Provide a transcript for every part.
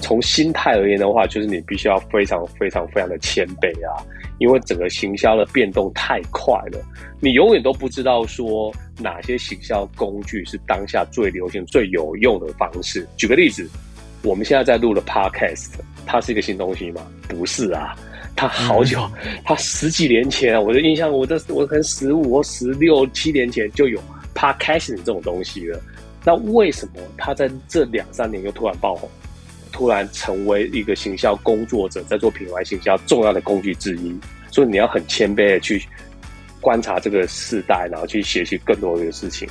从心态而言的话，就是你必须要非常非常非常的谦卑啊，因为整个行销的变动太快了，你永远都不知道说哪些行销工具是当下最流行、最有用的方式。举个例子，我们现在在录的 Podcast， 它是一个新东西吗？不是啊，它好久，它10几年前啊，我的印象，我可能15或16、7年前就有 Podcast 这种东西了。那为什么它在这2、3年又突然爆红？突然成为一个行销工作者，在做品牌行销重要的工具之一，所以你要很谦卑的去观察这个世代，然后去学习更多的事情。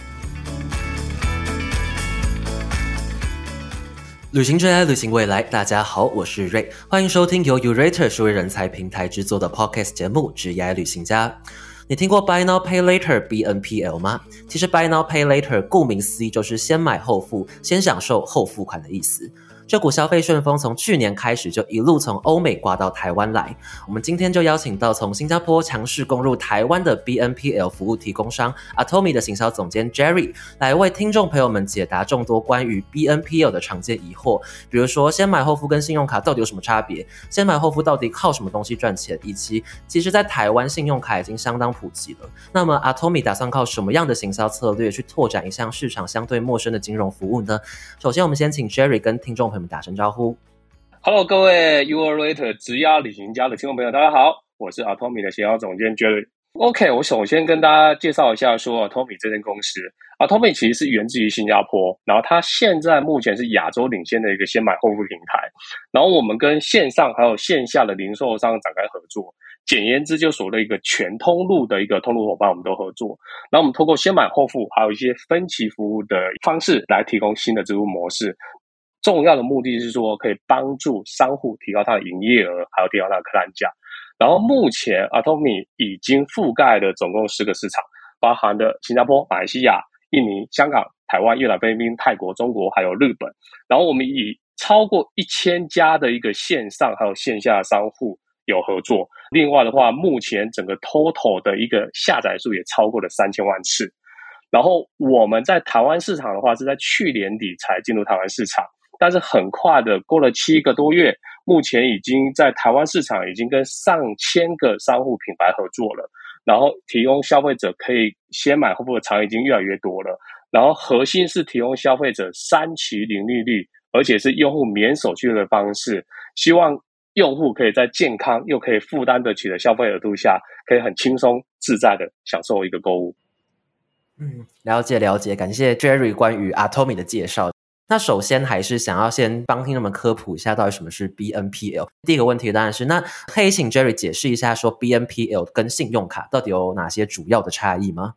旅行真爱，旅行未来。大家好，我是瑞，欢迎收听由 Yourator 数位人才平台制作的 Podcast 节目《职业旅行家》。你听过 Buy Now Pay Later BNPL 吗？其实 Buy Now Pay Later 顾名思义就是先买后付，先享受后付款的意思。这股消费顺风从去年开始就一路从欧美刮到台湾来，我们今天就邀请到从新加坡强势攻入台湾的 BNPL 服务提供商 Atomy 的行销总监 Jerry 来为听众朋友们解答众多关于 BNPL 的常见疑惑，比如说先买后付跟信用卡到底有什么差别，先买后付到底靠什么东西赚钱，以及其实在台湾信用卡已经相当普及了，那么 Atomy 打算靠什么样的行销策略去拓展一项市场相对陌生的金融服务呢？首先我们先请 Jerry 跟听众朋友们打声招呼。 Hello， 各位 Yourator 职业旅行家的听众朋友，大家好，我是 Atomy 的行销总监 Jerry。OK， 我首先跟大家介绍一下说 Atomy 这间公司。Atomy 其实是源自于新加坡，然后它现在目前是亚洲领先的一个先买后付平台。然后我们跟线上还有线下的零售商展开合作，简言之就所谓的一个全通路的一个通路伙伴，我们都合作。然后我们透过先买后付，还有一些分期服务的方式来提供新的支付模式。重要的目的是说，可以帮助商户提高它的营业额，还有提高它的客单价。然后目前 Atomy 已经覆盖了总共10个市场，包含了新加坡、马来西亚、印尼、香港、台湾、越南、菲律宾、泰国、中国还有日本。然后我们以超过1000家的一个线上还有线下的商户有合作。另外的话，目前整个 total 的一个下载数也超过了3000万次。然后我们在台湾市场的话，是在去年底才进入台湾市场。但是很快的过了7个多月，目前已经在台湾市场已经跟上千个商户品牌合作了，然后提供消费者可以先买后付的场已经越来越多了，然后核心是提供消费者3期零利率，而且是用户免手续的方式，希望用户可以在健康又可以负担得起的消费额度下，可以很轻松自在的享受一个购物。 了解，感谢 Jerry 关于 Atomy 的介绍。那首先还是想要先帮听众们科普一下到底什么是 BNPL。 第一个问题当然是，那可以请 Jerry 解释一下说 BNPL 跟信用卡到底有哪些主要的差异吗？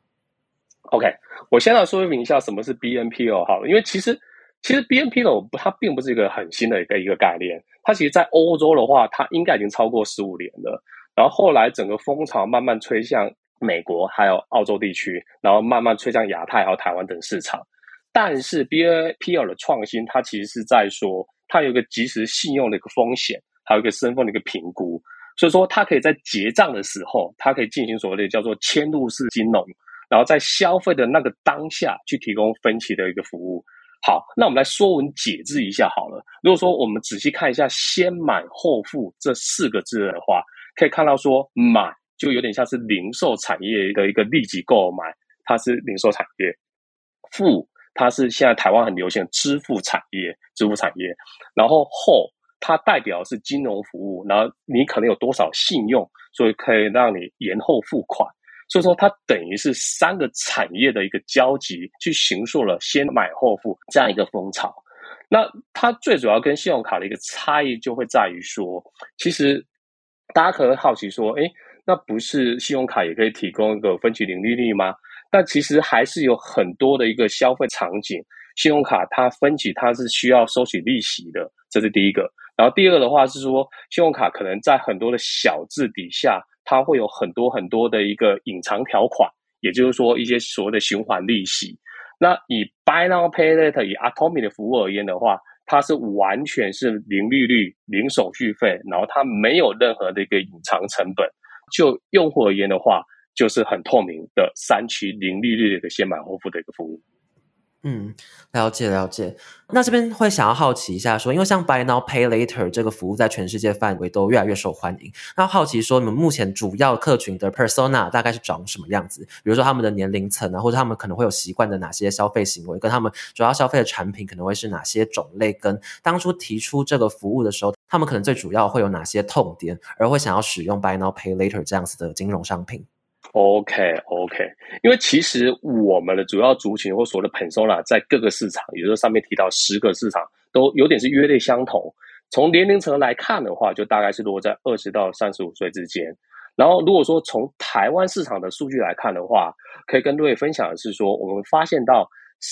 OK， 我先来说明一下什么是 BNPL 好了，因为其实 BNPL 它并不是一个很新的一个概念，它其实在欧洲的话，它应该已经超过15年了，然后后来整个风潮慢慢吹向美国还有澳洲地区，然后慢慢吹向亚太还有台湾等市场。但是 BNPL 的创新，它其实是在说，它有一个即时信用的一个风险，还有一个身份的一个评估，所以说它可以在结账的时候，它可以进行所谓的叫做嵌入式金融，然后在消费的那个当下去提供分期的一个服务。好，那我们来说文解字一下好了。如果说我们仔细看一下先买后付这4个字的话，可以看到说买就有点像是零售产业的一个立即购买，它是零售产业。付它是现在台湾很流行的支付产业，然后后它代表的是金融服务，然后你可能有多少信用，所以可以让你延后付款，所以说它等于是3个产业的一个交集，去形塑了先买后付这样一个风潮。那它最主要跟信用卡的一个差异就会在于说，其实大家可能会好奇说，那不是信用卡也可以提供一个分期零利率吗？但其实还是有很多的一个消费场景，信用卡它分期它是需要收取利息的，这是第一个。然后第二个的话是说，信用卡可能在很多的小字底下，它会有很多很多的一个隐藏条款，也就是说一些所谓的循环利息。那以 Buy Now Pay Later 以 Atomy 的服务而言的话，它是完全是零利率、零手续费，然后它没有任何的一个隐藏成本。就用户而言的话，就是很透明的3期零利率的一个先买后付的一个服务。 嗯，了解了解。那这边会想要好奇一下说，因为像 Buy Now Pay Later 这个服务在全世界范围都越来越受欢迎，那好奇说你们目前主要客群的 persona 大概是长什么样子？比如说他们的年龄层啊，或者他们可能会有习惯的哪些消费行为，跟他们主要消费的产品可能会是哪些种类，跟当初提出这个服务的时候，他们可能最主要会有哪些痛点，而会想要使用 Buy Now Pay Later 这样子的金融商品。 OK， 因为其实我们的主要族群或所谓的 persona 在各个市场，也就是上面提到10个市场，都有点是约类相同。从年龄层来看的话，就大概是落在20到35岁之间。然后如果说从台湾市场的数据来看的话，可以跟各位分享的是说，我们发现到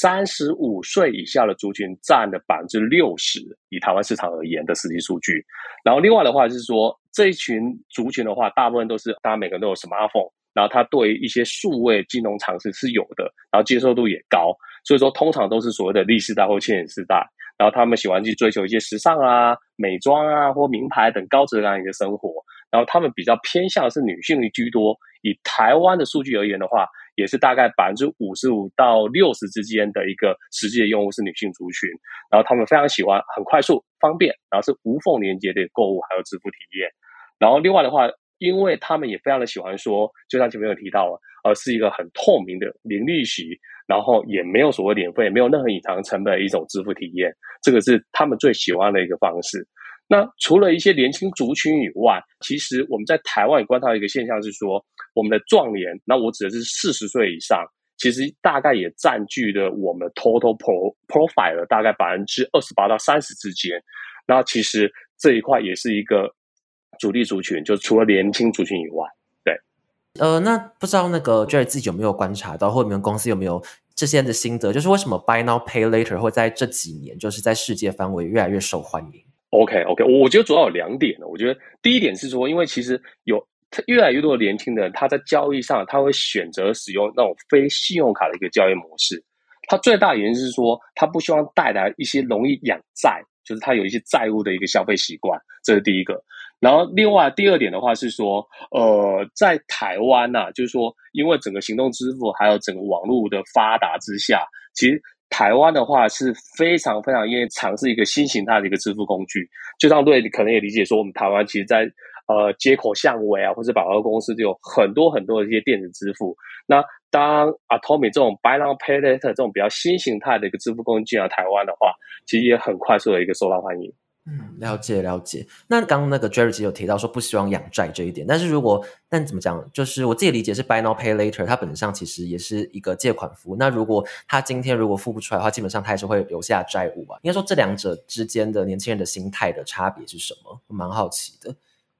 35岁以下的族群占了60%，以台湾市场而言的实际数据。然后另外的话是说，这一群族群的话，大部分都是大家每个人都有 smartphone。然后他对一些数位金融常识是有的，然后接受度也高，所以说通常都是所谓的 Z 世代或千禧世代，然后他们喜欢去追求一些时尚啊、美妆啊或名牌等高质量的一个生活，然后他们比较偏向是女性居多。以台湾的数据而言的话，也是大概55%到60%之间的一个实际的用户是女性族群，然后他们非常喜欢很快速、方便，然后是无缝连接的购物还有支付体验。然后另外的话，因为他们也非常的喜欢说，就像前面有提到了，是一个很透明的零利息，然后也没有所谓免费，没有任何隐藏成本的一种支付体验，这个是他们最喜欢的一个方式。那除了一些年轻族群以外，其实我们在台湾也观察到一个现象是说，我们的壮年，那我指的是40岁以上，其实大概也占据了我们 total profile 大概28%到30%之间。那其实这一块也是一个主力族群，就除了年轻族群以外，对。 那不知道那个 Jerry 自己有没有观察到，或者你们公司有没有这些的心得，就是为什么 Buy Now Pay Later 会在这几年就是在世界范围越来越受欢迎 ？OK， 我觉得主要有2点。我觉得第一点是说，因为其实有越来越多的年轻人，他在交易上他会选择使用那种非信用卡的一个交易模式。他最大的原因是说，他不希望带来一些容易养债，就是他有一些债务的一个消费习惯，这是第一个。然后另外第二点的话是说，在台湾就是说，因为整个行动支付还有整个网络的发达之下，其实台湾的话是非常非常愿意尝试一个新形态的一个支付工具。就像瑞可能也理解说，我们台湾其实在街口巷尾或者百货公司就有很多很多的一些电子支付。那当 Atomy 这种 Buy Now Pay Later 这种比较新形态的一个支付工具台湾的话，其实也很快速的一个受到欢迎。 了解了解。那刚刚那个 Jerry 有提到说不希望养债这一点，但怎么讲，就是我自己理解是 Buy Now Pay Later 它本质上其实也是一个借款服务，那如果他今天如果付不出来的话，基本上他还是会留下债务吧。应该说这两者之间的年轻人的心态的差别是什么？我蛮好奇的。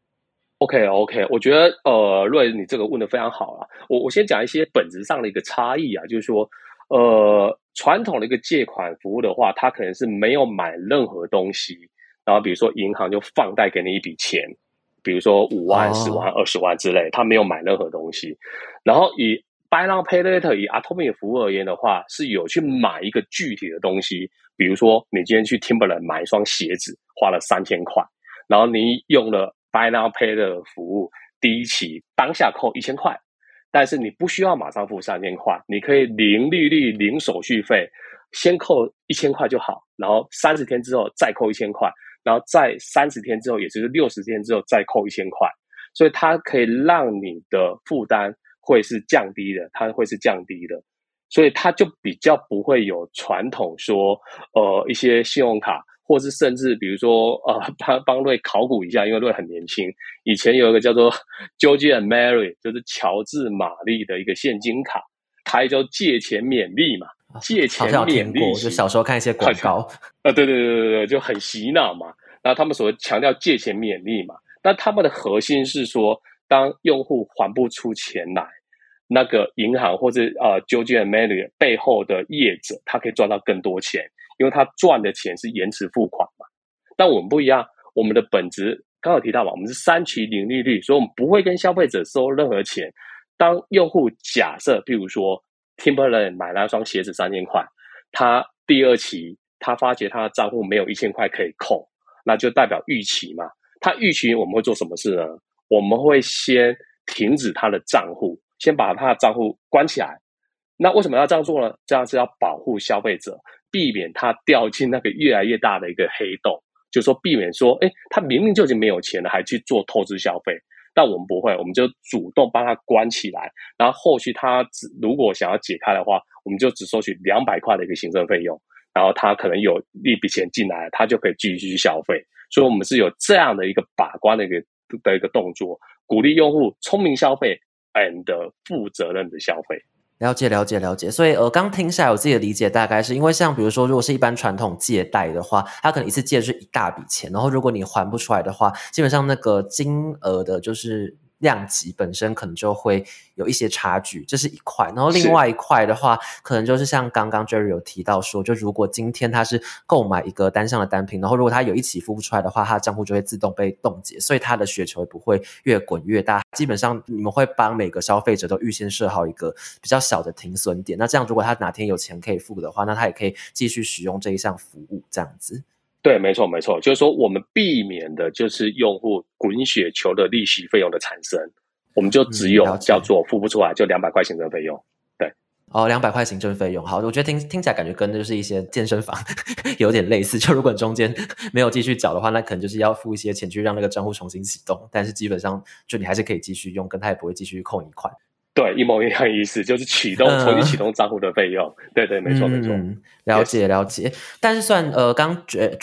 OK， 我觉得瑞你这个问得非常好啊。我先讲一些本质上的一个差异就是说，传统的一个借款服务的话，它可能是没有买任何东西，然后比如说银行就放贷给你一笔钱，比如说5万、10万、20万之类，他没有买任何东西。然后以 Buy Now Pay Later 以 Atomy 的服务而言的话，是有去买一个具体的东西，比如说你今天去 Timberland 买一双鞋子，花了3000块，然后你用了 Buy Now Pay 的服务，第一期当下扣1000块，但是你不需要马上付3000块，你可以零利率、零手续费，先扣1000块就好，然后30天之后再扣1000块，然后再30天之后，也就是60天之后再扣1000块，所以它可以让你的负担会是降低的，它会是降低的，所以它就比较不会有传统说一些信用卡。或是甚至比如说帮瑞考古一下，因为瑞很年轻，以前有一个叫做 George and Mary， 就是乔治玛丽的一个现金卡，它叫借钱免利嘛，借钱免利息， 就小时候看一些广告对，就很洗脑嘛。然后他们所谓强调借钱免利嘛，但他们的核心是说，当用户还不出钱来，那个银行或者George and Mary 背后的业者，他可以赚到更多钱。因为他赚的钱是延迟付款嘛，但我们不一样，我们的本质刚刚有提到嘛，我们是3期零利率，所以我们不会跟消费者收任何钱。当用户假设，譬如说 Timberland 买了一双鞋子3000块，他第2期他发觉他的账户没有1000块可以扣，那就代表逾期嘛。他逾期我们会做什么事呢？我们会先停止他的账户，先把他的账户关起来。 那为什么要这样做呢？这样是要保护消费者，避免他掉进那个越来越大的一个黑洞，就是说避免说，他明明就已经没有钱了，还去做透支消费。但我们不会，我们就主动帮他关起来，然后后续他如果想要解开的话，我们就只收取200块的一个行政费用，然后他可能有一笔钱进来，他就可以继续消费。所以我们是有这样的一个把关的一个动作，鼓励用户聪明消费 and 负责任的消费。 了解了解了解，所以刚听下来，我自己的理解大概是因为像比如说，如果是一般传统借贷的话，它可能一次借是一大笔钱，然后如果你还不出来的话，基本上那个金额的就是量级本身可能就会有一些差距，这是一块。然后另外一块的话，可能就是像刚刚 Jerry 有提到说，就如果今天他是购买一个单项的单品，然后如果他有一期付不出来的话，他的账户就会自动被冻结，所以他的雪球也不会越滚越大。基本上你们会帮每个消费者都预先设好一个比较小的停损点，那这样如果他哪天有钱可以付的话，那他也可以继续使用这一项服务，这样子。 对，没错没错，就是说我们避免的就是用户滚雪球的利息费用的产生，我们就只有叫做付不出来就200块行政费用。对 ，200块行政费用，好，我觉得听起来感觉跟就是一些健身房有点类似，就如果你中间没有继续缴的话，那可能就是要付一些钱去让那个账户重新启动，但是基本上就你还是可以继续用，跟他也不会继续扣你款。 对，一模一样意思，就是重新启动账户的费用。对对，没错没错。 了解了解。但是算刚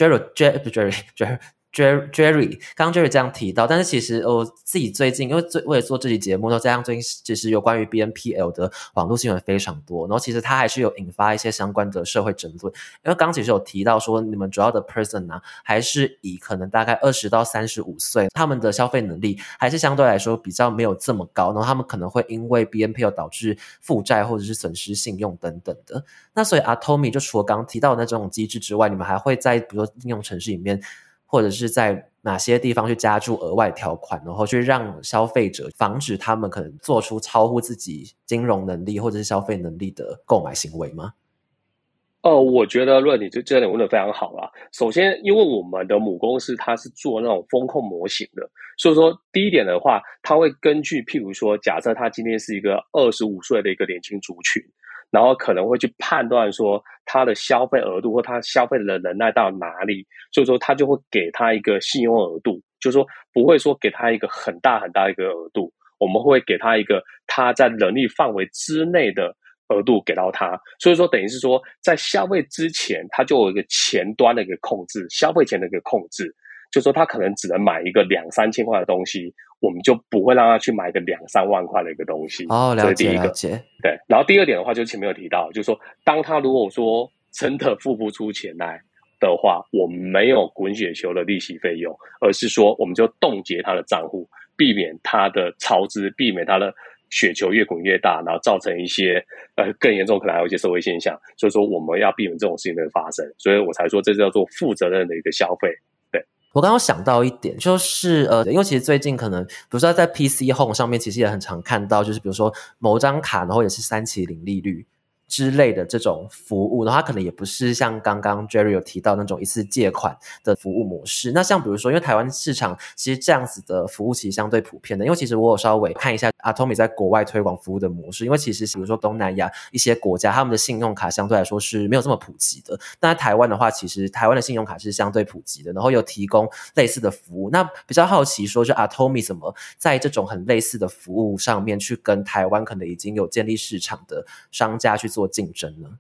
Jerry 刚 Jerry 这样提到，但是其实我自己最近因为为了做这期节目，加上最近其实有关于 BNPL 的网络新闻非常多，然后其实它还是有引发一些相关的社会争论。因为刚其实有提到说，你们主要的 person 啊，还是以可能大概20到35岁，他们的消费能力还是相对来说比较没有这么高，然后他们可能会因为 BNPL 导致负债或者是损失信用等等的。那所以 Atomy 就除了刚提到的那种机制之外，你们还会在比如说应用程式里面，或者是在哪些地方去加注额外条款，然后去让消费者防止他们可能做出超乎自己金融能力或者是消费能力的购买行为吗？ 我觉得论你这点问得非常好啦。首先，因为我们的母公司它是做那种风控模型的，所以说第一点的话，它会根据譬如说，假设他今天是一个25岁的一个年轻族群，然后可能会去判断说他的消费额度或他消费的能耐到哪里，所以说他就会给他一个信用额度，就是说不会说给他一个很大很大一个额度，我们会给他一个他在能力范围之内的额度给到他，所以说等于是说在消费之前他就有一个前端的一个控制，消费前的一个控制，就是说他可能只能买一个2-3千块的东西，我们就不会让他去买一个2-3万块的一个东西。 了解了解。 对，然后第二点的话，就是前面有提到，就是说当他如果说真的付不出钱来的话，我们没有滚雪球的利息费用，而是说我们就冻结他的账户，避免他的超支，避免他的雪球越滚越大，然后造成一些更严重可能还有一些社会现象，所以说我们要避免这种事情的发生，所以我才说这叫做负责任的一个消费。对， 我刚刚想到一点，就是因为其实最近可能比如说在 PC Home 上面其实也很常看到，就是比如说某张卡然后也是3期零利率之类的这种服务，然后它可能也不是像刚刚 Jerry 有提到那种一次借款的服务模式。那像比如说因为台湾市场其实这样子的服务其实相对普遍的，因为其实我有稍微看一下 Atomy 在国外推广服务的模式，因为其实比如说东南亚一些国家他们的信用卡相对来说是没有这么普及的，但在台湾的话其实台湾的信用卡是相对普及的，然后有提供类似的服务。那比较好奇说就 Atomy 怎么在这种很类似的服务上面去跟台湾可能已经有建立市场的商家去做竞争呢？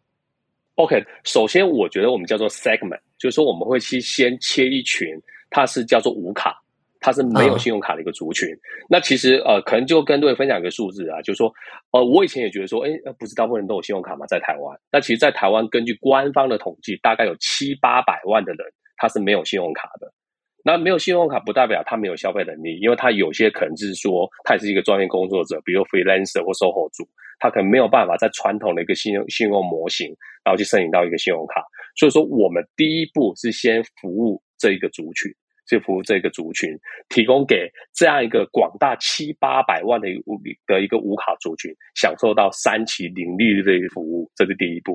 OK， 首先我觉得我们叫做 segment， 就是说我们会先切一群，它是叫做无卡，它是没有信用卡的一个族群。那其实可能就跟各位分享一个数字啊，就是说我以前也觉得说不是大部分人都有信用卡嘛，在台湾。那其实在台湾根据官方的统计，大概有700-800万的人他是没有信用卡的。那没有信用卡不代表他没有消费能力，因为他有些可能是说他也是一个专业工作者，比如 freelancer 或售后主，他可能没有办法在传统的一个信用模型然后去申请到一个信用卡。所以说我们第一步是先服务这一个族群，提供给这样一个广大700-800万的一个无卡族群享受到3期零利率的一个服务，这是第一步。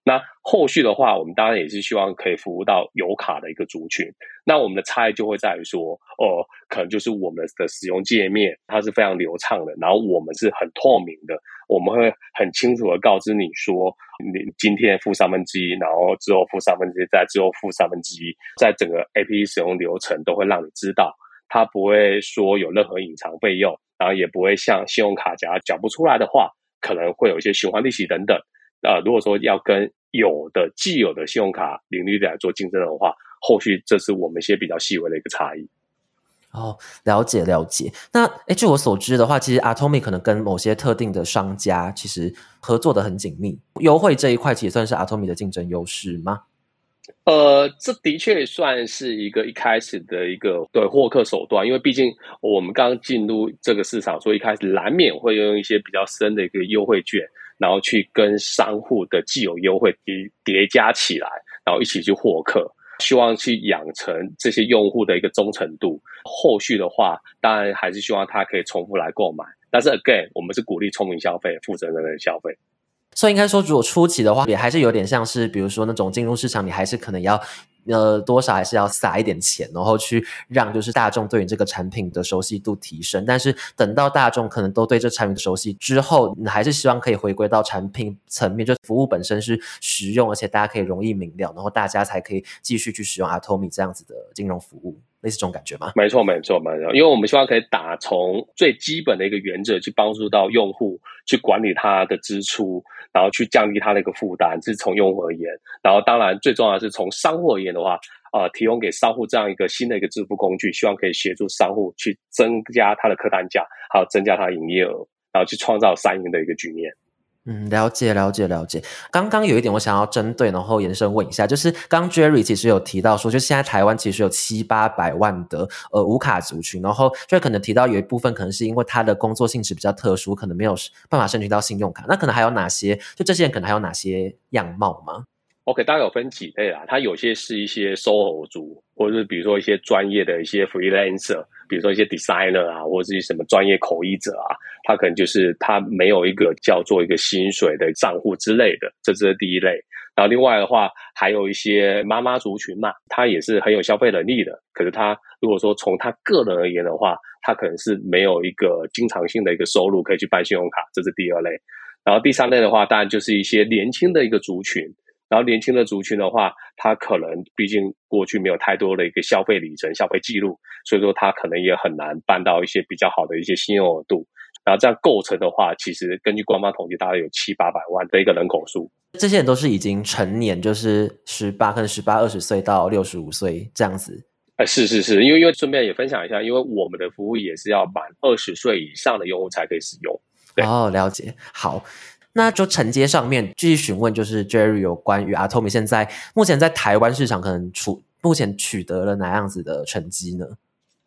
那后续的话，我们当然也是希望可以服务到有卡的一个族群。那我们的差异就会在于说，可能就是我们的使用界面它是非常流畅的，然后我们是很透明的，我们会很清楚的告知你说，你今天付1/3，然后之后付1/3，再之后付1/3，在整个 APP 使用流程都会让你知道，它不会说有任何隐藏费用，然后也不会像信用卡假缴不出来的话，可能会有一些循环利息等等。如果说要跟既有的信用卡零利率来做竞争的话，后续这是我们一些比较细微的一个差异。 哦，了解了解。那据我所知的话，其实 Atomic 可能跟某些特定的商家其实合作的很紧密，优惠这一块其实算是 Atomic 的竞争优势吗？ 这的确算是一开始的一个对获客手段，因为毕竟我们刚进入这个市场，所以一开始难免会用一些比较深的一个优惠券，然后去跟商户的既有优惠叠加起来，然后一起去获客，希望去养成这些用户的一个忠诚度。后续的话，当然还是希望他可以重复来购买，但是 again， 我们是鼓励聪明消费、负责任的消费。 所以应该说，如果初期的话，也还是有点像是，比如说那种进入市场，你还是可能要多少还是要撒一点钱，然后去让就是大众对你这个产品的熟悉度提升。但是等到大众可能都对这产品的熟悉之后，你还是希望可以回归到产品层面，就服务本身是实用，而且大家可以容易明了，然后大家才可以继续去使用 Atomic 这样子的金融服务。类似这种感觉吗？ 没错，因为我们希望可以打从最基本的一个原则去帮助到用户去管理他的支出，然后去降低他的一个负担，这是从用户而言。然后当然最重要的是从商户而言的话，提供给商户这样一个新的一个支付工具，希望可以协助商户去增加他的客单价，还有增加他的营业额，然后去创造3赢的一个局面。 了解。刚刚有一点我想要针对，然后延伸问一下，就是刚 Jerry 其实有提到说，就现在台湾其实有700-800万的无卡族群，然后就可能提到有一部分可能是因为他的工作性质比较特殊，可能没有办法申请到信用卡，那可能还有哪些？就这些人可能还有哪些样貌吗 ？OK， 大概有分几类啦。它有些是一些 SOHO 族，或者是比如说一些专业的一些 freelancer， 比如说一些 designer 啊，或者是什么专业口译者啊，他可能就是他没有一个叫做一个薪水的账户之类的，这是第一类。然后另外的话，还有一些妈妈族群嘛，他也是很有消费能力的，可是他如果说从他个人而言的话，他可能是没有一个经常性的一个收入可以去办信用卡，这是第二类。然后第三类的话，当然就是一些年轻的一个族群。然后年轻的族群的话，他可能毕竟过去没有太多的一个消费里程、消费记录，所以说他可能也很难办到一些比较好的一些信用额度。然后这样构成的话，其实根据官方统计，大概有700-800万的一个人口数。 这些人都是已经成年，就是可能18-20岁到65岁这样子。 是，因为顺便也分享一下，因为我们的服务也是要满20岁以上的用户才可以使用。 了解。好。那就承接上面继续询问，就是 Jerry 有关于 Atomic 目前在台湾市场可能目前取得了哪样子的成绩呢？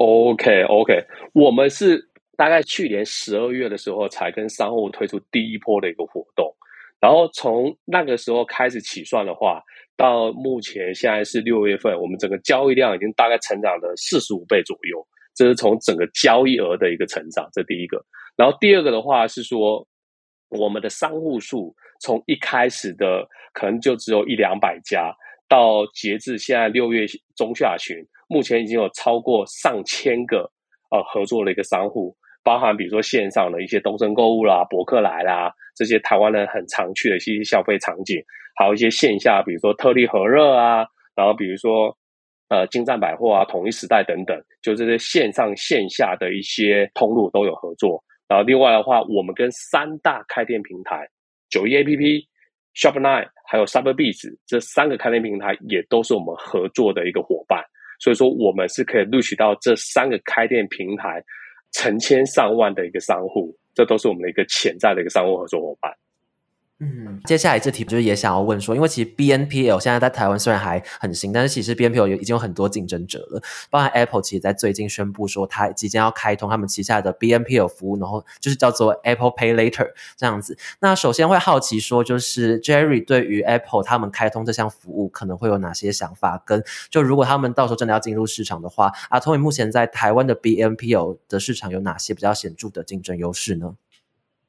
OK， 我们是大概去年12月的时候才跟商户推出第一波的一个活动，然后从那个时候开始起算的话，到目前现在是6月份，我们整个交易量已经大概成长了45倍左右，这是从整个交易额的一个成长，这第一个。然后第二个的话是说，我们的商户数从一开始的可能就只有100-200家，到截至现在6月中下旬，目前已经有超过上千个合作的一个商户，包含比如说线上的一些东森购物啦、博客来啦，这些台湾人很常去的一些消费场景，还有一些线下，比如说特力和热啊，然后比如说金站百货啊、统一时代等等，就这些线上线下的一些通路都有合作。然后另外的话，我们跟3大开店平台91 APP、Shop9 还有 Cyberbiz 这3个开店平台也都是我们合作的一个伙伴，所以说我们是可以录取到这3个开店平台成千上万的一个商户，这都是我们的一个潜在的一个商户合作伙伴。 接下来这题就是也想要问说，因为其实 BNPL 现在在台湾虽然还很新，但是其实 BNPL 已经有很多竞争者了，包含 Apple 其实在最近宣布说它即将要开通他们旗下的 BNPL 服务，然后就是叫做 Apple Pay Later 这样子。那首先会好奇说，就是 Jerry 对于 Apple 他们开通这项服务可能会有哪些想法，跟就如果他们到时候真的要进入市场的话，Atomic目前在台湾的 BNPL 的市场有哪些比较显著的竞争优势呢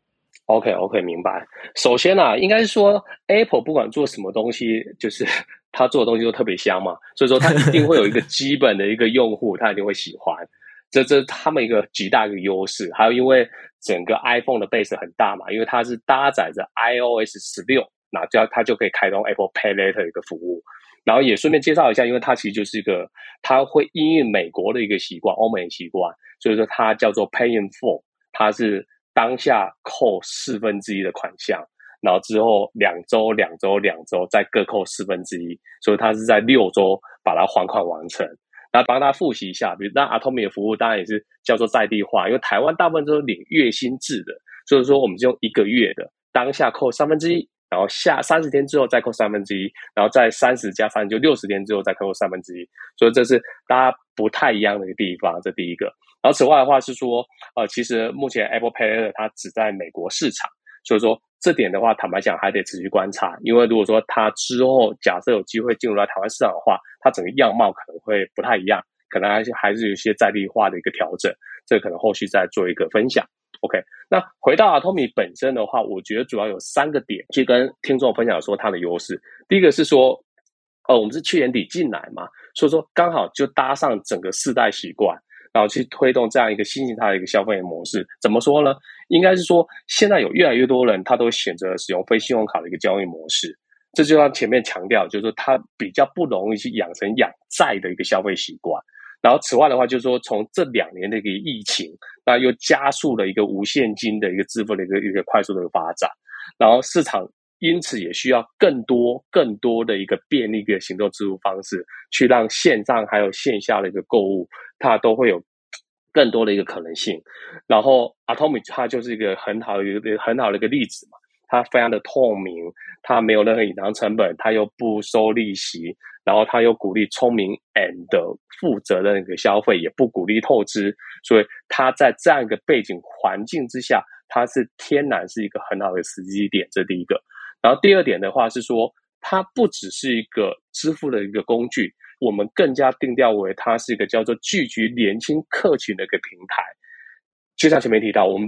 OK，明白。首先啊，应该是说 Apple 不管做什么东西，就是它做的东西都特别香嘛，所以说它一定会有一个基本的一个用户，他一定会喜欢。这是他们一个极大的一个优势。还有因为整个 iPhone 的 base 很大嘛，因为它是搭载着 iOS 16，那它就可以开通 Apple Pay Later 一个服务。然后也顺便介绍一下，因为它其实就是一个，它会因应美国的一个习惯，欧美的习惯，所以说它叫做 Pay in Full，它是当下扣1/4的款项，然后之后2周再各扣1/4，所以它是在6周把它还款完成。然后帮大家复习一下，比如那 Atomic 的服务当然也是叫做在地化，因为台湾大部分都是领月薪制的，所以说我们就用1个月的，当下扣1/3，然后下30天之后再扣1/3，然后再30加30就60天之后再扣1/3，所以这是大家不太一样的一个地方，这第一个。然后此外的话是说，其实目前 Apple Pay 它只在美国市场，所以说这点的话，坦白讲还得持续观察，因为如果说它之后假设有机会进入到台湾市场的话，它整个样貌可能会不太一样，可能还是有一些在地化的一个调整，这个可能后续再做一个分享。OK， 那回到 Atomic 本身的话，我觉得主要有3个点去跟听众分享说它的优势。第一个是说，我们是去年底进来嘛，所以说刚好就搭上整个世代习惯，然后去推动这样一个新形态的一个消费模式。怎么说呢？应该是说现在有越来越多人他都选择使用非信用卡的一个交易模式，这就像前面强调，就是说他比较不容易去养成养债的一个消费习惯。然后此外的话，就是说从这2年的一个疫情，那又加速了一个无现金的一个支付的一个快速的一个发展，然后市场因此也需要更多的一个便利的行动支付方式，去让线上还有线下的一个购物，它都会有更多的一个可能性。然后 Atomic 它就是一个很好的一个例子嘛，它非常的透明，它没有任何隐藏成本，它又不收利息，然后它又鼓励聪明 and 负责的一个消费，也不鼓励透支，所以它在这样一个背景环境之下，它是天然是一个很好的时机点，这第一个。然后第二点的话是说，它不只是一个支付的一个工具，我们更加定调为它是一个叫做聚集年轻客群的一个平台。就像前面提到，我们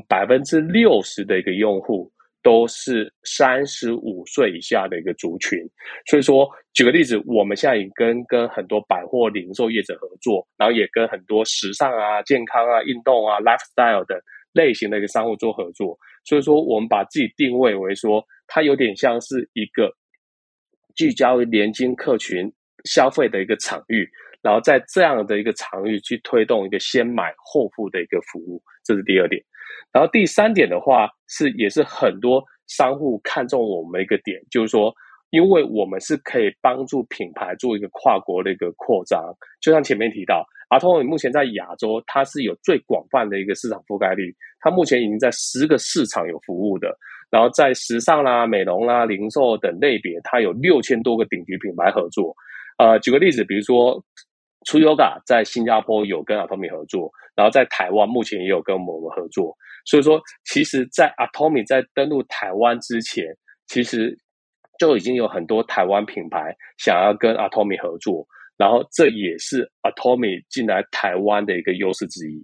60%的一个用户都是35岁以下的一个族群，所以说举个例子，我们现在也跟很多百货零售业者合作，然后也跟很多时尚啊、健康啊、运动啊、lifestyle 的类型的一个商户做合作，所以说我们把自己定位为说，它有点像是一个聚焦于年轻客群消费的一个场域，然后在这样的一个场域去推动一个先买后付的一个服务，这是第二点。然后第3点的话也是很多商户看中我们的一个点，就是说因为我们是可以帮助品牌做一个跨国的一个扩张，就像前面提到Atomic目前在亚洲它是有最广泛的一个市场覆盖率，它目前已经在10个市场有服务的，然后在时尚啦、美容啦、零售等类别，它有6000多个顶级品牌合作。举个例子，比如说出 Yoga 在新加坡有跟 Atomic 合作，然后在台湾目前也有跟我们合作，所以说其实在 Atomic 在登陆台湾之前，其实就已经有很多台湾品牌想要跟 Atomic 合作，然后这也是 Atomic 进来台湾的一个优势之一。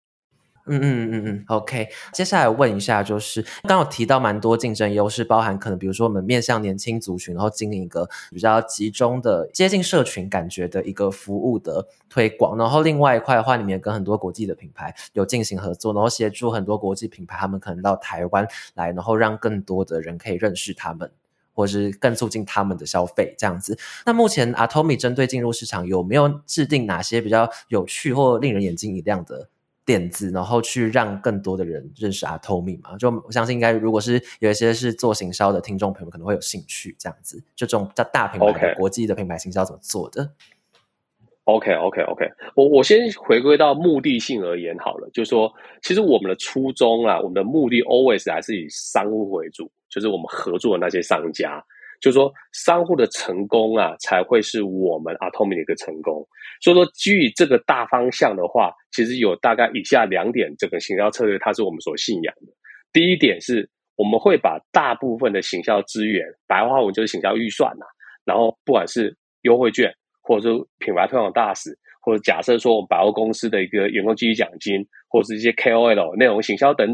OK， 接下来问一下，就是刚刚有提到蛮多竞争优势，包含可能比如说我们面向年轻族群，然后经营一个比较集中的接近社群感觉的一个服务的推广，然后另外一块的话，你们也跟很多国际的品牌有进行合作，然后协助很多国际品牌他们可能到台湾来，然后让更多的人可以认识他们，或是更促进他们的消费这样子。那目前 Atomic 针对进入市场有没有制定哪些比较有趣或令人眼睛一亮的点子，然后去让更多的人认识 Atomic 嘛？就我相信应该如果是有一些是做行销的听众朋友们可能会有兴趣这样子，就这种大品牌的国际的品牌行销怎么做的。 OK， 我先回归到目的性而言好了，就是说，其实我们的初衷啊，我们的目的 always 还是以商户为主，就是我们合作的那些商家，就是说商户的成功啊，才会是我们 Atomic 的一个成功。所以说，基于这个大方向的话，其实有大概以下2点，这个行销策略它是我们所信仰的。第一点是，我们会把大部分的行销资源，白话文就是行销预算啊，然后不管是优惠券，或者是品牌推广大使，或者假设说我们百货公司的一个员工激励奖金，或者是一些 KOL 内容行销等等，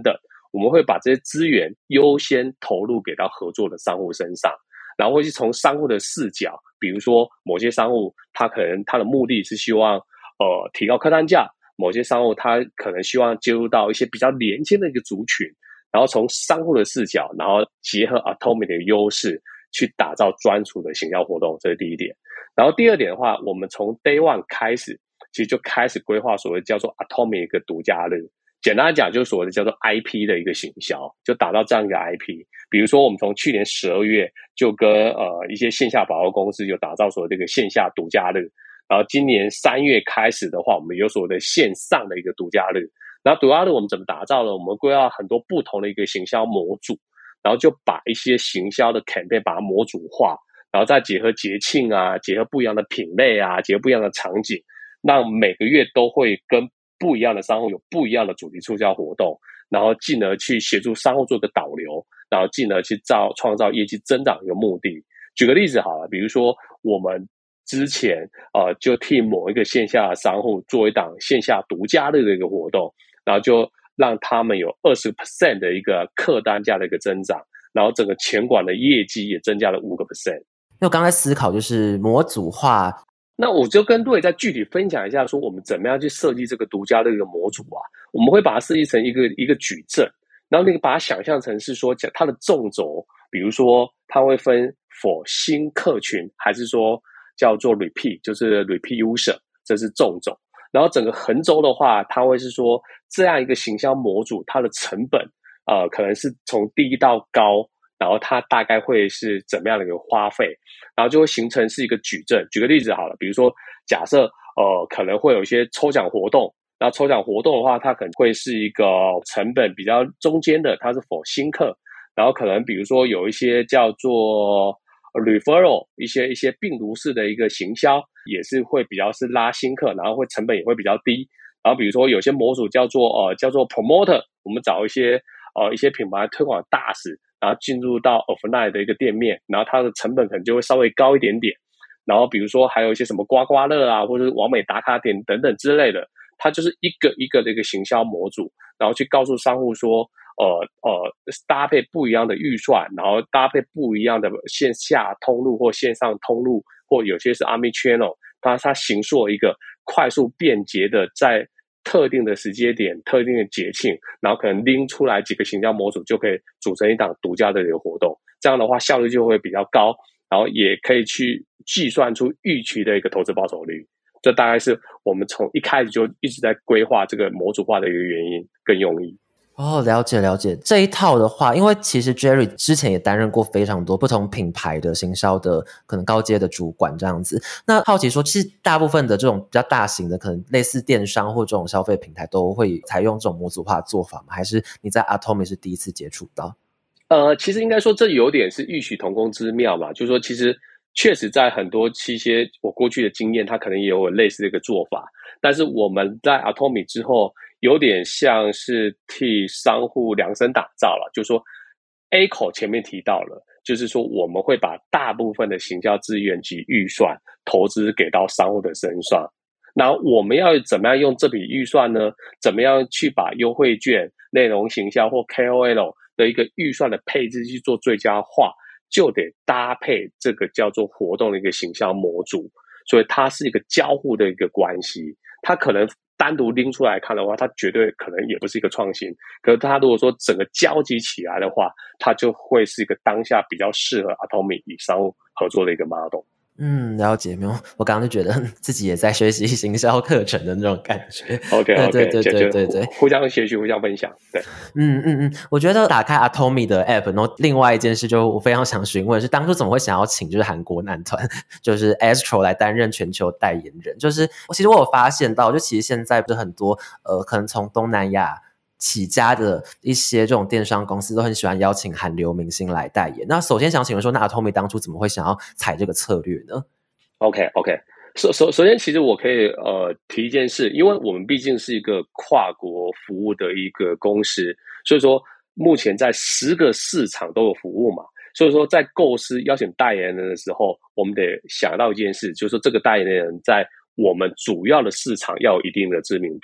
我们会把这些资源优先投入给到合作的商户身上，然后会去从商户的视角，比如说某些商户他可能他的目的是希望提高客单价，某些商户他可能希望接入到一些比较年轻的一个族群，然后从商户的视角，然后结合 Atomic 的优势去打造专属的行销活动，这是第一点。然后第二点的话，我们从 Day One 开始，其实就开始规划所谓叫做 Atomic 一个独家日。简单来讲，就是所谓的叫做 IP 的一个行销，就打造这样一个 IP。比如说，我们从去年12月就跟一些线下百货公司有打造所谓的一个线下独家日，然后今年3月开始的话，我们有所谓的线上的一个独家日。然后独家日我们怎么打造呢？我们规划很多不同的一个行销模组，然后就把一些行销的 campaign 把它模组化，然后再结合节庆啊，结合不一样的品类啊，结合不一样的场景，让每个月都会跟不一样的商户有不一样的主题促销活动，然后进而去协助商户做个导流，然后进而去创造业绩增长的一个目的。举个例子好了，比如说我们之前就替某一个线下的商户做一档线下独家日的一个活动，然后就让他们有 20% 的一个客单价的一个增长，然后整个前馆的业绩也增加了5%。 因为我刚才思考就是模组化， 那我就跟瑞再具体分享一下，说我们怎么样去设计这个独家的一个模组啊？我们会把它设计成一个矩阵，然后那个把它想象成是说它的纵轴，比如说它会分 for 新客群，还是说叫做 repeat， 就是 repeat user， 这是纵轴。然后整个横轴的话，它会是说这样一个行销模组，它的成本可能是从低到高，然后它大概会是怎么样的一个花费，然后就会形成是一个矩阵。举个例子好了，比如说假设可能会有一些抽奖活动，然后抽奖活动的话，它可能会是一个成本比较中间的，它是 for 新客，然后可能比如说有一些叫做referral， 一些病毒式的一个行销，也是会比较是拉新客，然后会成本也会比较低。然后比如说有些模组叫做promoter， 我们找一些品牌推广大使，然后进入到 offline 的一个店面，然后它的成本可能就会稍微高一点点。然后比如说还有一些什么刮刮乐啊，或者是网美打卡点等等之类的，它就是一个一个的一个行销模组，然后去告诉商户说搭配不一样的预算，然后搭配不一样的线下通路或线上通路，或有些是 omnichannel， 它形塑一个快速便捷的在特定的时间点、特定的节庆，然后可能拎出来几个行销模组就可以组成一档独家的一个活动。这样的话效率就会比较高，然后也可以去计算出预期的一个投资报酬率。这大概是我们从一开始就一直在规划这个模组化的一个原因跟用意。 哦，了解了解。这一套的话，因为其实 Jerry 之前也担任过非常多不同品牌的行销的可能高阶的主管这样子。那好奇说，其实大部分的这种比较大型的，可能类似电商或这种消费平台，都会采用这种模组化的做法吗？还是你在 Atomic 是第一次接触到？ 其实应该说这有点是异曲同工之妙嘛，就是说其实确实在很多一些我过去的经验，它可能也有类似的一个做法，但是我们在 Atomic 之后，有点像是替商户量身打造了，就是说 A 口前面提到了，就是说我们会把大部分的行销资源及预算投资给到商户的身上，那我们要怎么样用这笔预算呢？怎么样去把优惠券、内容行销或 KOL 的一个预算的配置去做最佳化，就得搭配这个叫做活动的一个行销模组，所以它是一个交互的一个关系。它可能单独拎出来看的话，它绝对可能也不是一个创新。可是它如果说整个交集起来的话，它就会是一个当下比较适合 Atomic 与商务合作的一个 model。 了解，没有，我刚刚就觉得自己也在学习行销课程的那种感觉。 OK， 对， 互相学习，互相分享。对， 我觉得打开 Atomic 的 app， 然后另外一件事，就我非常想询问是，当初怎么会想要请就是韩国男团，就是 Astro 来担任全球代言人？就是其实我有发现到，就其实现在不是很多可能从东南亚起家的一些这种电商公司都很喜欢邀请韩流明星来代言。那首先想请问说，那 Atomic 当初怎么会想要采这个策略呢？ OK， 首先，其实我可以提一件事，因为我们毕竟是一个跨国服务的一个公司，所以说目前在10个市场都有服务嘛，所以说在构思邀请代言人的时候，我们得想到一件事，就是说这个代言人在我们主要的市场要有一定的知名度。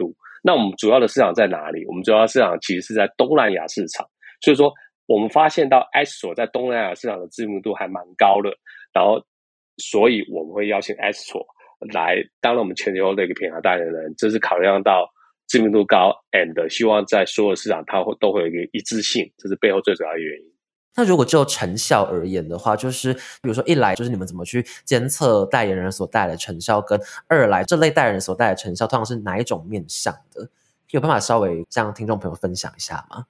那我们主要的市场在哪里？我们主要的市场其实是在东南亚市场，所以说我们发现到 S 所在东南亚市场的知名度还蛮高的，然后所以我们会邀请 S 所来当了我们全球的一个品牌代言人，这是考量到知名度高 and 希望在所有市场它都会有一个一致性，这是背后最主要的原因。 那如果就成效而言的话，就是比如说一来就是你们怎么去监测代言人所带来的成效，跟二来这类代言人所带来的成效通常是哪一种面向的？有办法稍微向听众朋友分享一下吗？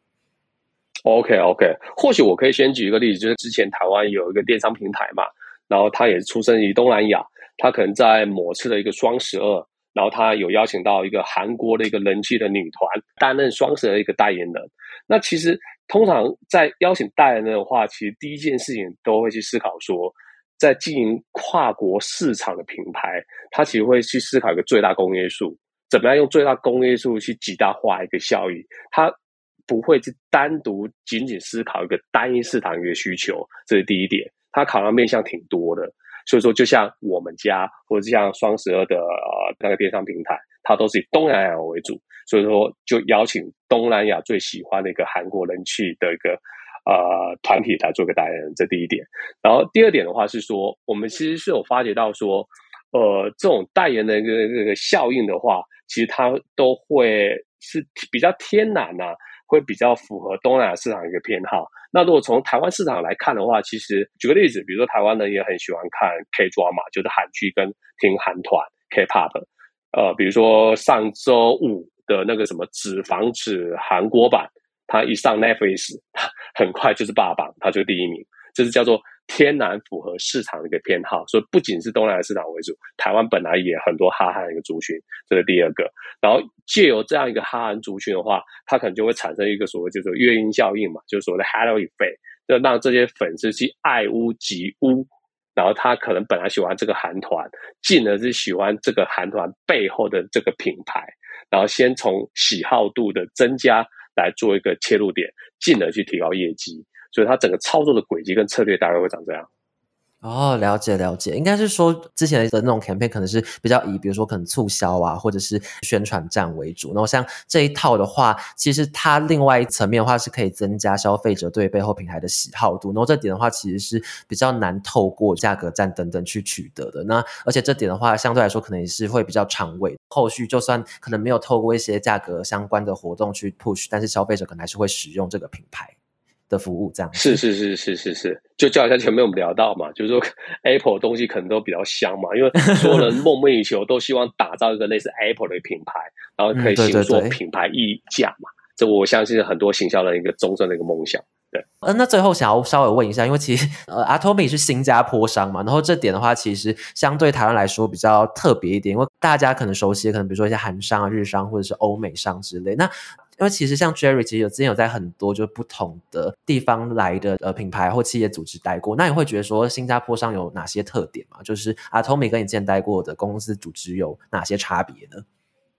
OK， 或许我可以先举一个例子，就是之前台湾有一个电商平台嘛，然后它也是出生于东南亚，它可能在某次的一个双12，然后它有邀请到一个韩国的一个人气的女团担任双12的一个代言人。那其实通常在邀请代言人的话，其实第一件事情都会去思考说，在经营跨国市场的品牌，它其实会去思考一个最大公约数，怎么样用最大公约数去极大化一个效益，它不会去单独仅仅思考一个单一市场一个需求，这是第一点，它考量面向挺多的。所以说就像我们家或者像双12的那个电商平台，它都是以东南亚为主，所以说就邀请东南亚最喜欢的一个韩国人气的一个团体来做个代言人，这第一点。然后第二点的话是说，我们其实是有发觉到说这种代言的这个效应的话，其实它都会是比较天然啊，会比较符合东南亚市场的一个偏好。那如果从台湾市场来看的话，其实举个例子，比如说台湾人也很喜欢看 K-drama， 就是韩剧跟听韩团 K-pop。比如说上周五的那个什么纸房子韩国版，它一上 Netflix， 很快就是霸榜，它就第一名。这是叫做天然符合市场的一个偏好，所以不仅是东南亚市场为主，台湾本来也很多哈韩的一个族群，这是第二个。然后借由这样一个哈韩族群的话，它可能就会产生一个所谓就是乐音效应嘛，就是所谓的 Halo effect， 就让这些粉丝去爱屋及乌，然后他可能本来喜欢这个韩团，进而是喜欢这个韩团背后的这个品牌，然后先从喜好度的增加来做一个切入点，进而去提高业绩。所以它整个操作的轨迹跟策略大概会长这样。 哦，了解了解，应该是说之前的那种 campaign 可能是比较以比如说可能促销啊，或者是宣传战为主，然后像这一套的话，其实它另外一层面的话是可以增加消费者对背后平台的喜好度，然后这点的话其实是比较难透过价格战等等去取得的。那而且这点的话相对来说可能也是会比较长尾，后续就算可能没有透过一些价格相关的活动去 push， 但是消费者可能还是会使用这个品牌的服务这样子。 是，就好像前面我们聊到嘛，就是说 Apple 的东西可能都比较香嘛，因为所有人梦寐以求都希望打造一个类似 Apple 的品牌，然后可以形塑品牌溢价嘛。这我相信很多行销人一个终身的一个梦想。对， 那最后想要稍微问一下，因为其实Atomy 是新加坡商嘛，然后这点的话其实相对台湾来说比较特别一点，因为大家可能熟悉的可能比如说一些韩商啊、日商或者是欧美商之类。那因为其实像 Jerry 其实之前有在很多就是不同的地方来的品牌或企业组织待过，那你会觉得说新加坡商有哪些特点吗？就是 Atomy 跟你之前待过的公司组织有哪些差别呢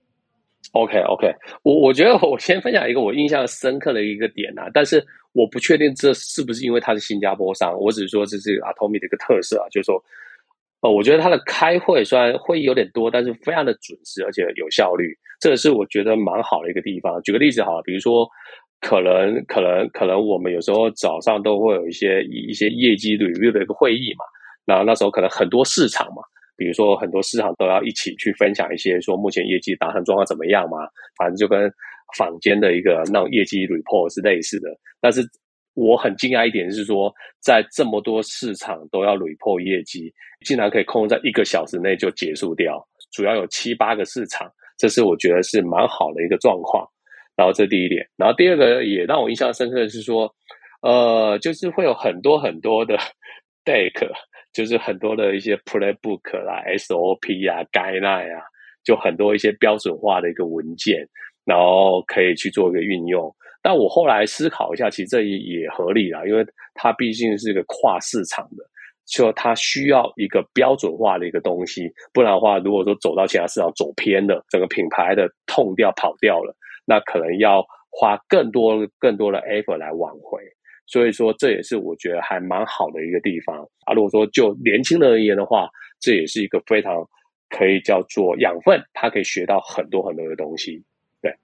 ？OK， 我觉得我先分享一个我印象深刻的一个点啊，但是我不确定这是不是因为它是新加坡商，我只是说这是 Atomy 的一个特色啊，就是说我觉得他的开会虽然会议有点多，但是非常的准时，而且有效率，这个是我觉得蛮好的一个地方。举个例子好了，比如说可能我们有时候早上都会有一些业绩 review 的一个会议嘛，然后那时候可能很多市场嘛，比如说很多市场都要一起去分享一些说目前业绩达成状况怎么样嘛，反正就跟坊间的一个那种业绩 report 是类似的。但是我很惊讶一点是说，在这么多市场都要 report 业绩，竟然可以控制在1个小时内就结束掉，主要有7、8个市场，这是我觉得是蛮好的一个状况。然后这第一点，然后第二个也让我印象深刻的是说，就是会有很多的 deck， 就是很多的一些 playbook 啦、SOP 啊、guideline 啊，就很多一些标准化的一个文件，然后可以去做一个运用。但我后来思考一下，其实这也合理啦，因为它毕竟是一个跨市场的，就它需要一个标准化的一个东西，不然的话，如果说走到其他市场走偏了，整个品牌的痛掉跑掉了，那可能要花更多的 effort 来挽回。所以说这也是我觉得还蛮好的一个地方啊。如果说就年轻人而言的话，这也是一个非常可以叫做养分，他可以学到很多的东西。对。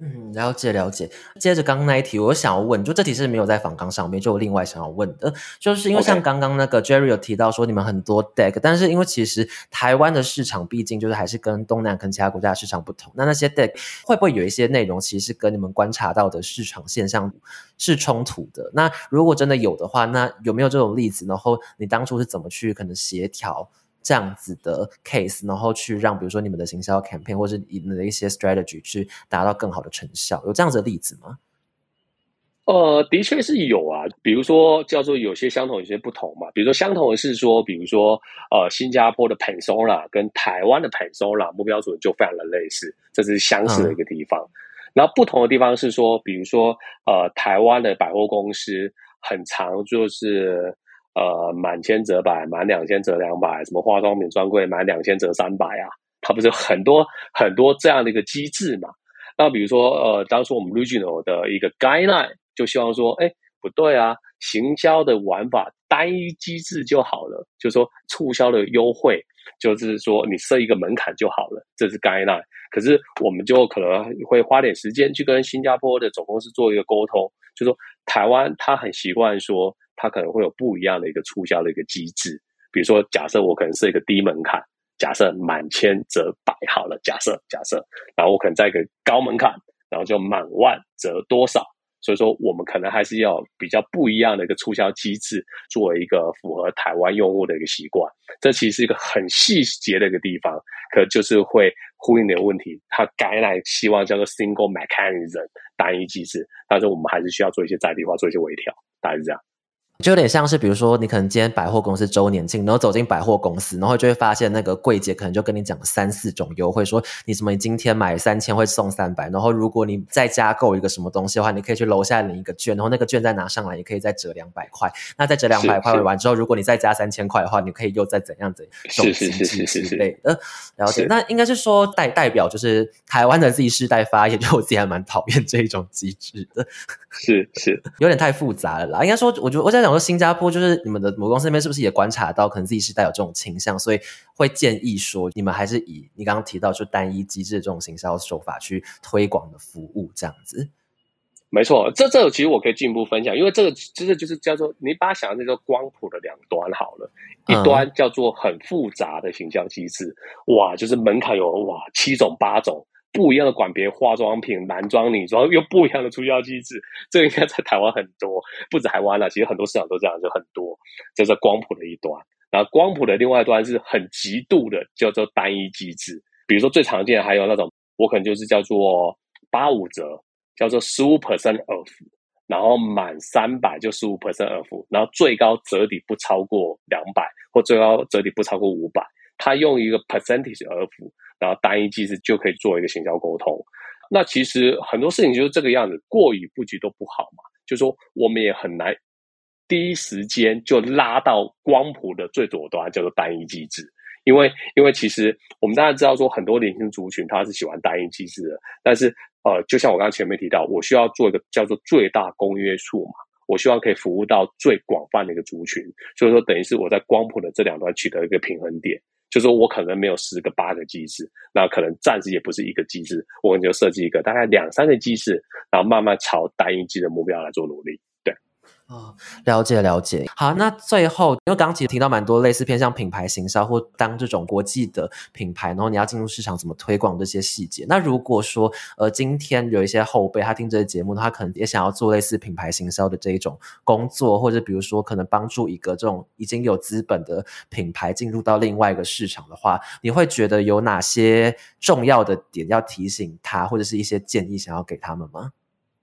了解了解。接着刚刚那一题，我想要问，就这题是没有在访纲上面，就我另外想要问的，就是因为像刚刚那个 Jerry 有提到说你们很多 deck， 但是因为其实台湾的市场毕竟就是还是跟东南跟其他国家的市场不同，那些 deck 会不会有一些内容其实是跟你们观察到的市场现象是冲突的？那如果真的有的话，那有没有这种例子？然后你当初是怎么去可能协调这样子的 case， 然后去让比如说你们的行销 campaign 或是你们的一些 strategy 去达到更好的成效，有这样子的例子吗？ 的确是有啊，比如说叫做有些相同，有些不同嘛。比如说相同的是说，比如说新加坡的 persona 跟台湾的 persona 目标族就非常的类似，这是相似的一个地方。然后不同的地方是说，比如说台湾的百货公司很常就是满千折百，满2000折200，什么化妆品专柜满2000折300啊，它不是有很多很多这样的一个机制嘛？那比如说当初我们 regional 的一个 guideline 就希望说，不对啊，行销的玩法单一机制就好了，就是说促销的优惠，就是说你设一个门槛就好了，这是 guideline。可是我们就可能会花点时间去跟新加坡的总公司做一个沟通，就是说台湾他很习惯说，他可能会有不一样的一个促销的一个机制，比如说假设我可能设一个低门槛。假设满千折百好了，假设，然后我可能在一个高门槛，然后就满万折多少，所以说我们可能还是要比较不一样的一个促销机制，作为一个符合台湾用户的一个习惯。这其实是一个很细节的一个地方，可就是会呼应你的问题，它该来希望叫做 single mechanism 单一机制，但是我们还是需要做一些在地化，做一些微调，大概是这样。 就有点像是比如说你可能今天百货公司周年庆，然后走进百货公司，然后就会发现那个柜姐可能就跟你讲3-4种优惠，说你什么你今天买3000会送300，然后如果你再加购一个什么东西的话，你可以去楼下领一个券，然后那个券再拿上来也可以再折200块，那再折200块完之后，如果你再加3000块的话，你可以又再怎样这种机制之类的。了解。那应该是说代表就是台湾的 Z 世代发言，就我自己还蛮讨厌这一种机制的。 是有点太复杂了啦。应该说我在想说新加坡就是你们的母公司那边是不是也观察到可能 Z 世代有这种倾向，所以会建议说你们还是以你刚刚提到就单一机制的这种行销手法去推广的服务这样子。 没错，这其实我可以进一步分享，因为这个就是叫做你把它想象成光谱的两端好了，一端叫做很复杂的行销机制，哇，就是门槛有7种8种不一样的管别化妆品、男装、女装，又不一样的促销机制，这个应该在台湾很多，不止台湾啦，其实很多市场都这样，就很多，这是光谱的一端。然后光谱的另外一端是很极度的叫做单一机制，比如说最常见的还有那种，我可能就是叫做85折。叫做15% off， 然后满300就15% off， 然后最高折抵不超过200，或最高折抵不超过500，他用一个 percentage off， 然后单一机制就可以做一个行销沟通。那其实很多事情就是这个样子，过于不及都不好嘛，就是说我们也很难第一时间就拉到光谱的最左端，叫做单一机制。因为其实我们当然知道说很多年轻族群他是喜欢单一机制的，但是就像我刚刚前面提到，我需要做一个叫做最大公约数嘛，我希望可以服务到最广泛的一个族群，所以说等于是我在光谱的这两端取得一个平衡点，就是说我可能没有10个8个机制，那可能暂时也不是一个机制，我可能就设计一个大概2-3个机制，然后慢慢朝单一机的目标来做努力。对。 了解。好，那最后因为刚刚其实提到蛮多类似偏向品牌行销或当这种国际的品牌，然后你要进入市场怎么推广这些细节。那如果说今天有一些后辈他听这个节目，他可能也想要做类似品牌行销的这一种工作，或者比如说可能帮助一个这种已经有资本的品牌进入到另外一个市场的话，你会觉得有哪些重要的点要提醒他，或者是一些建议想要给他们吗？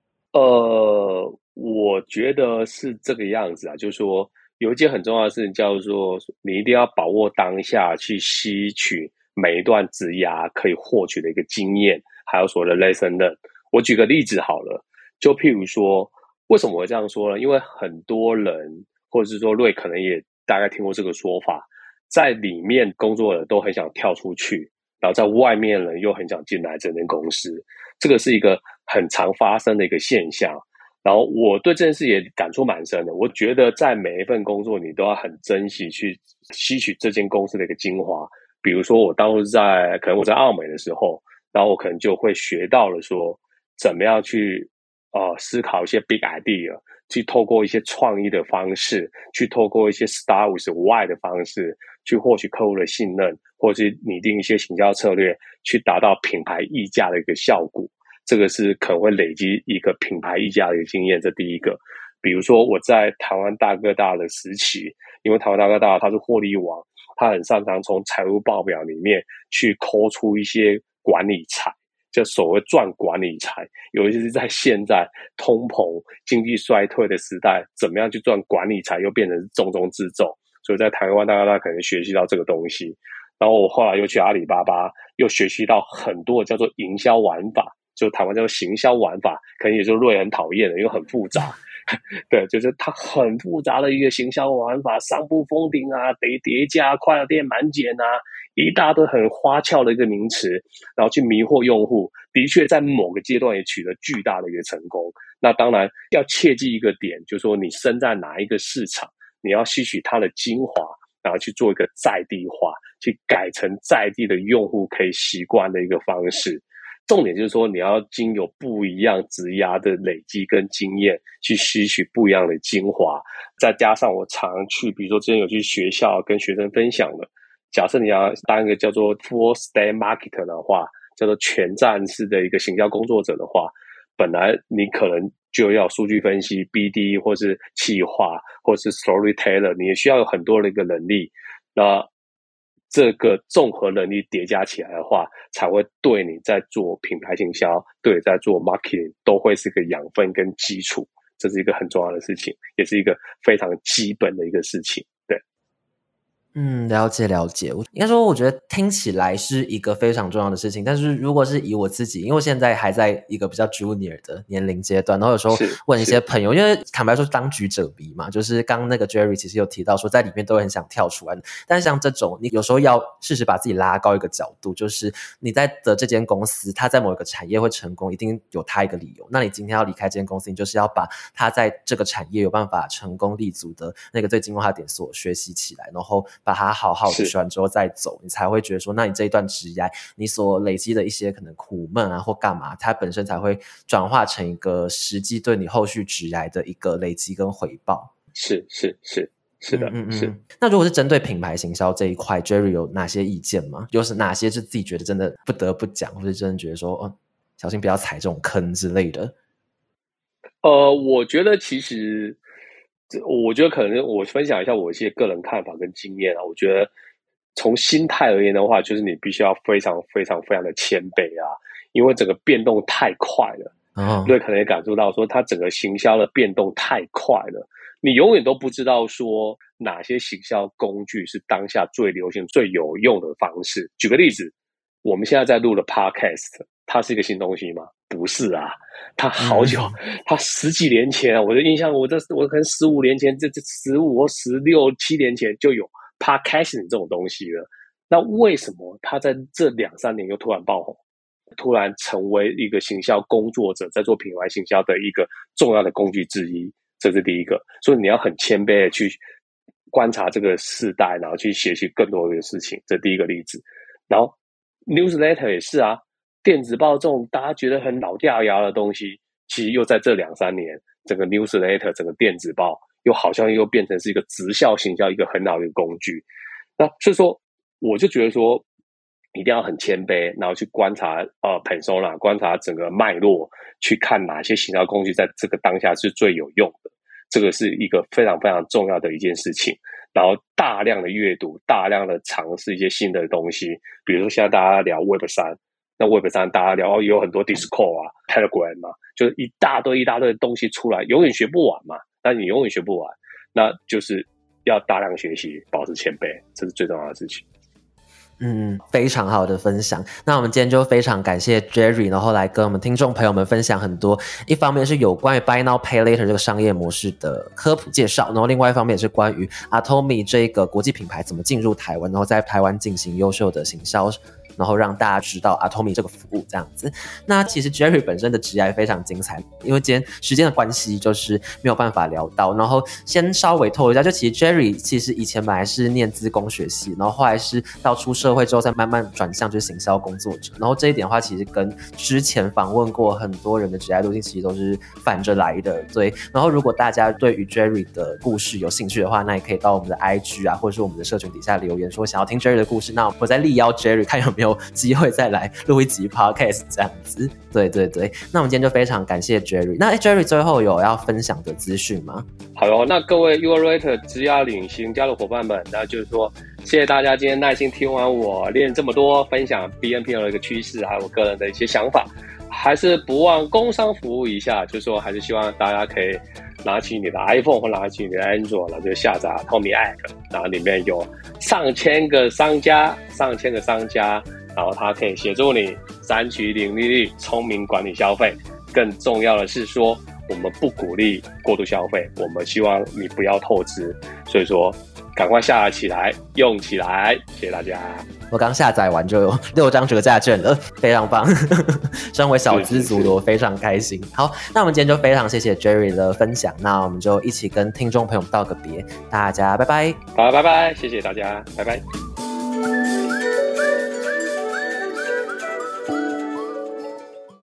我觉得是这个样子啊，就是说有一件很重要的事情叫做你一定要把握当下去吸取每一段职涯可以获取的一个经验，还有所谓的 lesson learn。我举个例子好了，就譬如说为什么我会这样说呢？因为很多人或者是说瑞可能也大概听过这个说法，在里面工作的都很想跳出去，然后在外面人又很想进来这间公司，这个是一个很常发生的一个现象。然后我对这件事也感触蛮深的，我觉得在每一份工作你都要很珍惜去吸取这间公司的一个精华。比如说我当时可能我在澳美的时候，然后我可能就会学到了说， 怎么样去思考一些 big idea， 去透过一些创意的方式，去透过一些 start with why 的方式，去获取客户的信任，或者是拟定一些行销策略，去达到品牌溢价的一个效果。这个是可能会累积一个品牌溢价的一个经验，这第一个。比如说我在台湾大哥大的时期，因为台湾大哥大它是获利王，它很擅长从财务报表里面去抠出一些管理财，就所谓赚管理财，尤其是在现在通膨经济衰退的时代，怎么样去赚管理财又变成重中之重，所以在台湾大家可能学习到这个东西。然后我后来又去阿里巴巴，又学习到很多叫做营销玩法，就台湾叫做行销玩法，可能也就是瑞很讨厌的，因为很复杂。对，就是它很复杂的一个行销玩法，上不封顶啊，得叠加，快乐店满减啊，一大堆很花俏的一个名词，然后去迷惑用户，的确在某个阶段也取得巨大的一个成功。那当然要切记一个点，就是说你身在哪一个市场，你要吸取它的精华，然后去做一个在地化，去改成在地的用户可以习惯的一个方式。重点就是说，你要经由不一样职涯的累积跟经验，去吸取不一样的精华，再加上我常去，比如说之前有去学校跟学生分享的，假设你要当一个叫做 full stack marketer 的话，叫做全站式的一个行销工作者的话，本来你可能就要数据分析 BD 或是企划或是 storyteller， 你也需要有很多的一个能力。那这个综合能力叠加起来的话，才会对你在做品牌行销，对你在做 marketing 都会是个养分跟基础，这是一个很重要的事情，也是一个非常基本的一个事情。对。 了解了解。应该说我觉得听起来是一个非常重要的事情，但是如果是以我自己，因为我现在还在一个比较 junior 的年龄阶段，然后有时候问一些朋友，因为坦白说当局者迷嘛，就是刚刚那个 Jerry 其实有提到说在里面都很想跳出来，但是像这种你有时候要适时把自己拉高一个角度，就是你在的这间公司它在某一个产业会成功，一定有它一个理由，那你今天要离开这间公司，你就是要把它在这个产业有办法成功立足的那个最精华点所学习起来，然后把它好好的学完之后再走，你才会觉得说那你这一段职涯你所累积的一些可能苦闷啊或干嘛，它本身才会转化成一个实际对你后续职涯的一个累积跟回报。 是的。是。 那如果是针对品牌行销这一块 Jerry 有哪些意见吗？就是哪些是自己觉得真的不得不讲，或是真的觉得说小心不要踩这种坑之类的？ 我觉得其实我觉得可能我分享一下我一些个人看法跟经验啊。我觉得从心态而言的话，就是你必须要非常非常非常的谦卑啊，因为整个变动太快了。对，可能也感受到说它整个行销的变动太快了，你永远都不知道说哪些行销工具是当下最流行最有用的方式。举个例子，我们现在在录的 podcast， 它是一个新东西吗？不是啊，它好久，它十几年前啊，我的印象，我可能15年前，这15或16、7年前就有 podcasting 这种东西了。那为什么它在这2-3年又突然爆红？突然成为一个行销工作者，在做品牌行销的一个重要的工具之一，这是第一个。所以你要很谦卑的去观察这个世代，然后去学习更多的事情，这第一个例子。然后 newsletter 也是啊，电子报这种大家觉得很老掉牙的东西，其实又在这2-3年，整个 newsletter 整个电子报又好像又变成是一个直销行销一个很好的一个工具。那所以说我就觉得说一定要很谦卑，然后去观察persona， 观察整个脉络，去看哪些行销工具在这个当下是最有用的，这个是一个非常非常重要的一件事情。然后大量的阅读，大量的尝试一些新的东西，比如说现在大家聊 Web3， 那 Web3 大家聊有很多 Discord 啊 Telegram 嘛，就是一大堆的东西出来，永远学不完嘛。那你永远学不完，那就是要大量学习，保持谦卑，这是最重要的事情。 非常好的分享。那我们今天就非常感谢 Jerry， 然后来跟我们听众朋友们分享很多，一方面是有关于 Buy Now Pay Later 这个商业模式的科普介绍，然后另外一方面也是关于 Atomy 这个国际品牌怎么进入台湾，然后在台湾进行优秀的行销然后让大家知道 Atomy 这个服务这样子。那其实 Jerry 本身的职业非常精彩，因为今天时间的关系就是没有办法聊到，然后先稍微透露一下，就其实 Jerry 其实以前本来是念资工学系，然后后来是到出社会之后再慢慢转向就是行销工作者，然后这一点的话其实跟之前访问过很多人的职业路径其实都是反着来的。对，然后如果大家对于 Jerry 的故事有兴趣的话，那也可以到我们的 IG 啊，或者是我们的社群底下留言说想要听 Jerry 的故事，那我再力邀 Jerry 看有没有机会再来录一集 podcast 这样子。对对对，那我们今天就非常感谢 Jerry。那Jerry 最后有要分享的资讯吗？ 好哟，那各位 YourWriter 职涯领薪加入伙伴们，那就是说谢谢大家今天耐心听完我练这么多，分享 BNPL 的一个趋势，还有我个人的一些想法。还是不忘工商服务一下，就是说还是希望大家可以拿起你的 iPhone 或拿起你的 Android， 然后就下载 Atomy App， 然后里面有上千个商家，然后它可以协助你3取零利率，聪明管理消费。更重要的是说，我们不鼓励过度消费，我们希望你不要透支，所以说赶快下载起来，用起来，谢谢大家。 我刚下载完就有6张折价券了，非常棒。身为小资族的我非常开心。好，那我们今天就非常谢谢 Jerry 的分享，那我们就一起跟听众朋友道个别，大家拜拜。 好，拜拜，谢谢大家，拜拜。